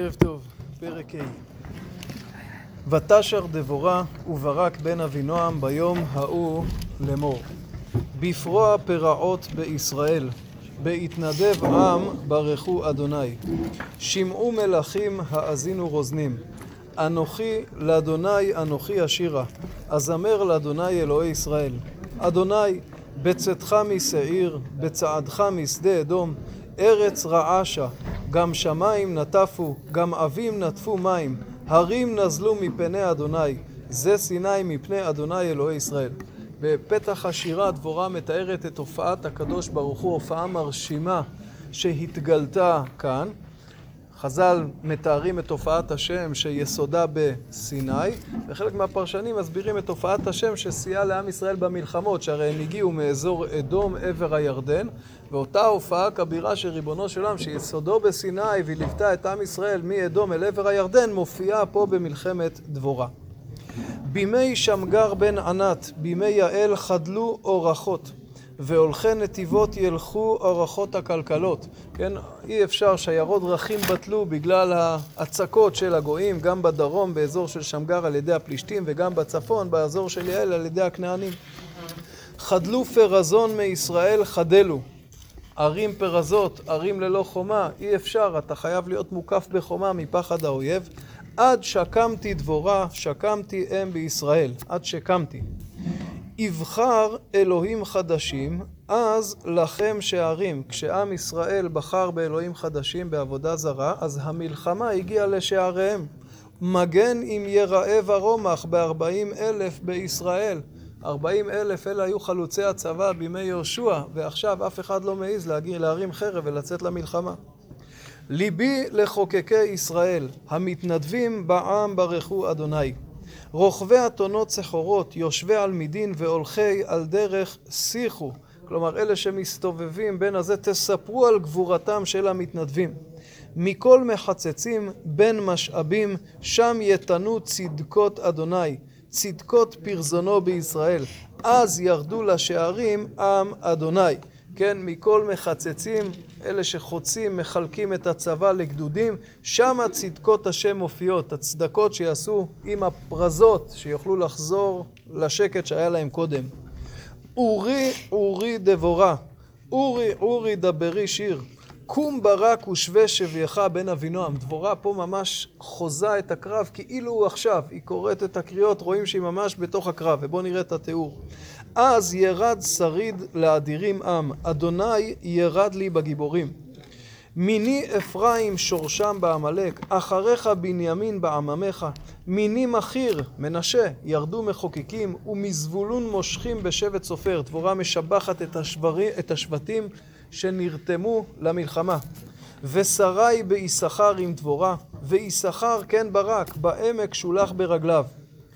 ערב טוב, פרק ה'. ותשר דבורה וברק בן אבינועם ביום ההוא לאמור. בפרוע פרעות בישראל, בהתנדב עם ברכו אדוני. שמעו מלכים האזינו רוזנים. אנוכי לאדוני אנוכי אשירה, אזמר לאדוני אלוהי ישראל. אדוני, בצאתך משעיר, בצעדך משדה אדום, ארץ רעשה, גם שמיים נטפו, גם אבים נטפו מים, הרים נזלו מפני אדוני, זה סיני מפני אדוני אלוהי ישראל. בפתח השירה דבורה מתארת את הופעת הקדוש ברוך הוא, הופעה מרשימה שהתגלתה כאן. חז"ל מתארים את הופעת השם שיסודה בסיני, וחלק מהפרשנים מסבירים את הופעת השם שסייע לעם ישראל במלחמות, שהרי הם הגיעו מאזור אדום עבר הירדן, ואותה הופעה כבירה של ריבונו של עולם שיסודו בסיני וליוותה את עם ישראל מאדום אל עבר הירדן, מופיעה פה במלחמת דבורה. בימי שמגר בן ענת, בימי יעל חדלו אורחות, והולכי נתיבות ילכו אורחות הכלכלות. כן, אי אפשר שיירות דרכים בטלו בגלל ההצקות של הגויים, גם בדרום באזור של שמגר על ידי הפלישתים, וגם בצפון באזור של יעל על ידי הכנענים. חדלו פרזון מישראל חדלו. ערים פרזות, ערים ללא חומה, אי אפשר, אתה חייב להיות מוקף בחומה מפחד האויב. עד שקמתי דבורה, שקמתי אם בישראל, עד שקמתי. יבחר אלוהים חדשים, אז לכם שערים. כשעם ישראל בחר באלוהים חדשים בעבודה זרה, אז המלחמה הגיעה לשעריהם. מגן אם יראה ורומח ב40,000 בישראל. 40,000 אלה היו חלוצי הצבא בימי יהושע, ועכשיו אף אחד לא מעז להרים חרב ולצאת למלחמה. ליבי לחוקקי ישראל, המתנדבים בעם ברכו אדוני. רוכבי אתונות סחורות, יושבי על מדין והולכי על דרך שיחו. כלומר, אלה שמסתובבים בין הזה, תספרו על גבורתם של המתנדבים. מכל מחצצים בין משאבים, שם יתנו צדקות אדוני, צדקות פרזונו בישראל. אז ירדו לשערים עם אדוני. כן, מכל מחצצים, אלה שחוצים, מחלקים את הצבא לגדודים, שם צדקות השם מופיעות, הצדקות שיעשו עם הפרזות, שיוכלו לחזור לשקט שהיה להם קודם. אורי, אורי דבורה, אורי, אורי דברי שיר, קום ברק ושווה שביך בן אבינועם. דבורה פה ממש חוזה את הקרב, כאילו הוא עכשיו, היא קוראת את הקריאות, רואים שהיא ממש בתוך הקרב, ובואו נראה את התיאור. אז ירד שריד לאדירים עם, אדוני ירד לי בגיבורים. מיני אפרים שורשם בעמלק, אחריך בנימין בעממך. מיני מחיר, מנשה, ירדו מחוקקים, ומזבולון מושכים בשבט סופר. דבורה משבחת את השבטים שנרתמו למלחמה. ושרי ביששכר עם דבורה, ויששכר כן ברק, בעמק שולח ברגליו.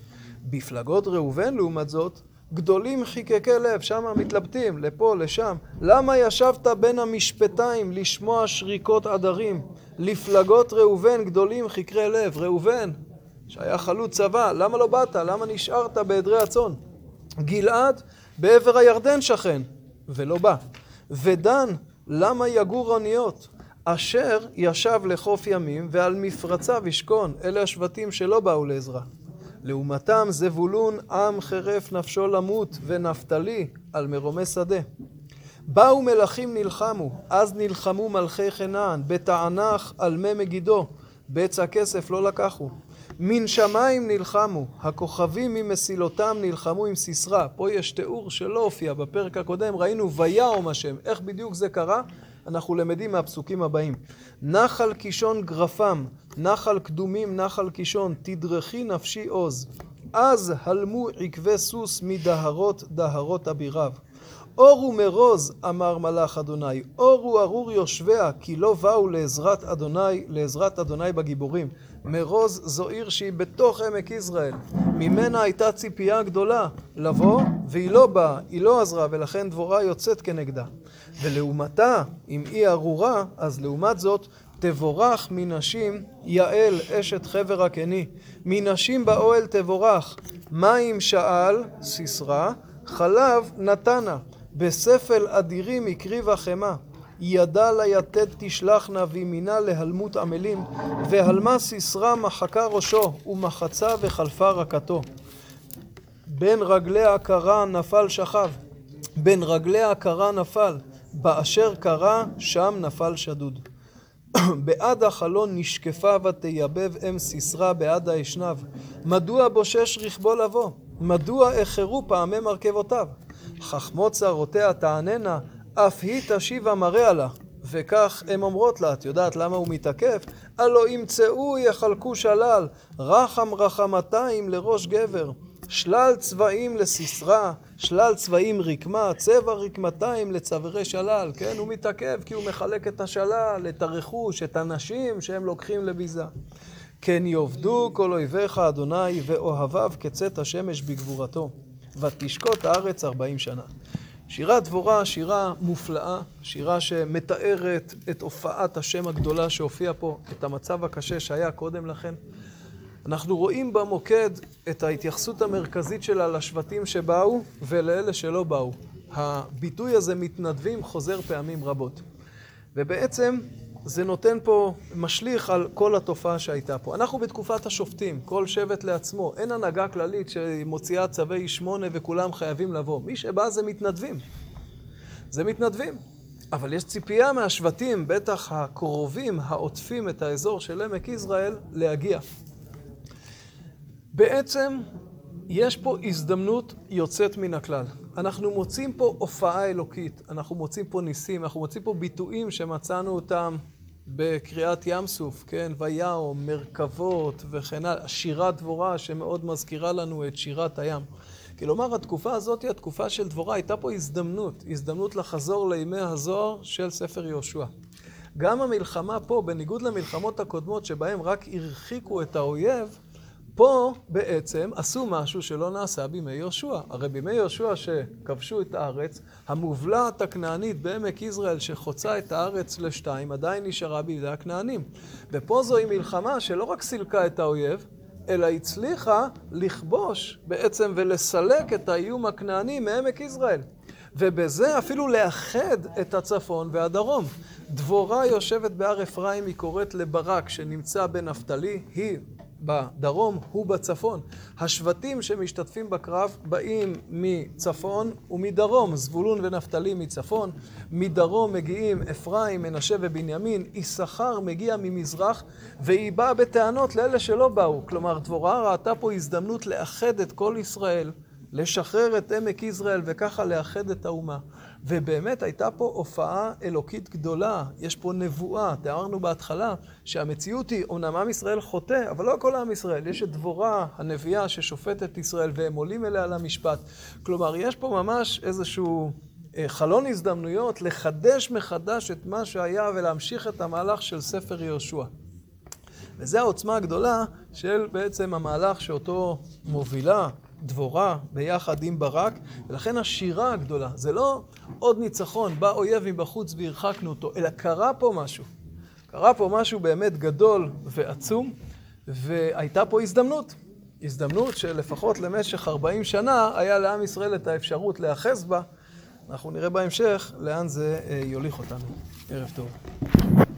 בפלגות ראובן לעומת זאת, גדולים חיקקי לב, שם מתלבטים, לפה, לשם. למה ישבת בין המשפטיים לשמוע שריקות עדרים? לפלגות ראובן גדולים חיקרי לב. ראובן, שהיה חלוץ צבא, למה לא באת? למה נשארת בעדרי הצאן? גלעד, בעבר הירדן שכן, ולא בא. ודן, למה יגור אוניות? אשר ישב לחוף ימים ועל מפרציו ישכון. אלה השבטים שלא באו לעזרה. לעומתם זבולון עם חרף נפשו למות, ונפתלי על מרומי שדה. באו מלכים נלחמו, אז נלחמו מלכי חנען, בתענך על מי מגידו, בצע כסף לא לקחו. מן שמיים נלחמו, הכוכבים ממסילותם נלחמו עם סיסרא. פה יש תיאור שלא הופיע בפרק הקודם, ראינו ויעם השם. איך בדיוק זה קרה? אנחנו למדים מהפסוקים הבאים. נחל קישון גרפם, נחל קדומים נחל קישון, תדרכי נפשי עוז. אז הלמו עקבי סוס מדהרות דהרות אביריו. אורו מרוז, אמר מלאך אדוני, אורו ארור יושביה, כי לא באו לעזרת אדוני בגיבורים. מרוז זו עיר שהיא בתוך עמק יזרעאל. ממנה הייתה ציפייה גדולה לבוא, והיא לא באה, היא לא עזרה, ולכן דבורה יוצאת כנגדה. ולעומתה, אם היא ארורה, אז לעומת זאת, תבורך מנשים יעל אשת חבר הקני. מנשים באוהל תבורך, מים שאל, סיסרא, חלב נתנה, בספל אדירים הקריבה חמה. ידע ליתד תשלחנה וימינה להלמות עמלים, והלמה סיסרא מחקה ראשו ומחצה וחלפה רקתו. בין רגלי הקרה נפל שכב, בין רגלי הקרה נפל, באשר קרה שם נפל שדוד. בעד החלון נשקפה ותייבב אם סיסרא בעד האשנב. מדוע בושש רכבו לבוא? מדוע איחרו פעמי מרכבותיו? חכמות צרותיה תעננה, אף היא תשיב המראה לה. וכך הן אומרות לה, את יודעת למה הוא מתעכב? הלא ימצאו יחלקו שלל, רחם רחמתיים לראש גבר. שלל צבעים לסיסרא, שלל צבעים רקמה, צבע רקמתיים לצווארי שלל. כן, הוא מתעכב כי הוא מחלק את השלל, את הרכוש, את הנשים שהם לוקחים לביזה. כן יאבדו כל אויביך אדוני, ואוהביו כצאת השמש בגבורתו, ותשקוט הארץ 40 שנה. שירת דבורה, שירה מופלאה, שירה שמתארת את הופעת השם הגדולה שהופיע פה, את המצב הקשה שהיה קודם לכן. אנחנו רואים במוקד את ההתייחסות המרכזית שלה לשבטים שבאו ולאלה שלא באו. הביטוי הזה מתנדבים חוזר פעמים רבות. ובעצם זה נותן פה משליך על כל התופעה שהייתה פה. אנחנו בתקופת השופטים, כל שבט לעצמו, אין הנהגה כללית שמוציאה צווי 8 וכולם חייבים לבוא. מי שבא זה מתנדבים. זה מתנדבים. אבל יש ציפייה מהשבטים, בטח הקרובים, העוטפים את האזור של עמק יזרעאל, להגיע. בעצם יש פה הזדמנות יוצאת מן הכלל. אנחנו מוצאים פה הופעה אלוקית, אנחנו מוצאים פה ניסים, אנחנו מוצאים פה ביטויים שמצאנו אותם בקריאת ים סוף, כן? ויהום, מרכבות וכן הלאה, שירת דבורה שמאוד מזכירה לנו את שירת הים. כלומר, התקופה הזאת היא התקופה של דבורה, הייתה פה הזדמנות לחזור לימי הזוהר של ספר יהושע. גם המלחמה פה, בניגוד למלחמות הקודמות שבהם רק הרחיקו את האויב, פה בעצם עשו משהו שלא נעשה בימי יהושע. הרי בימי יהושע שכבשו את הארץ, המובלעת הכנענית בעמק יזרעאל שחוצה את הארץ לשתיים, עדיין נשארה בידי הכנענים. ופה זוהי מלחמה שלא רק סילקה את האויב, אלא הצליחה לכבוש בעצם ולסלק את האיום הכנעני מעמק יזרעאל. ובזה אפילו לאחד את הצפון והדרום. דבורה יושבת בהר אפרים, היא קוראת לברק שנמצא בנפתלי, היא בדרום, הוא בצפון. השבטים שמשתתפים בקרב באים מצפון ומדרום, זבולון ונפתלי מצפון, מדרום מגיעים אפרים, מנשה ובנימין, יששכר מגיע ממזרח, והיא באה בטענות לאלה שלא באו. כלומר, דבורה ראתה פה הזדמנות לאחד את כל ישראל, לשחרר את עמק יזרעאל וככה לאחד את האומה. ובאמת הייתה פה הופעה אלוקית גדולה, יש פה נבואה. תיארנו בהתחלה שהמציאות היא, אומנם עם ישראל חוטא, אבל לא כל עם ישראל. יש את דבורה, הנביאה ששופטת ישראל, והם עולים אליה למשפט. כלומר, יש פה ממש איזשהו חלון הזדמנויות לחדש מחדש את מה שהיה ולהמשיך את המהלך של ספר יהושע. וזו העוצמה הגדולה של בעצם המהלך שאותו מובילה דבורה ביחד עם ברק, ולכן השירה הגדולה, זה לא עוד ניצחון, בא אויב מבחוץ והרחקנו אותו, אלא קרה פה משהו. קרה פה משהו באמת גדול ועצום, והייתה פה הזדמנות שלפחות למשך 40 שנה היה לעם ישראל את האפשרות להיאחז בה. אנחנו נראה בהמשך לאן זה יוליך אותנו. ערב טוב.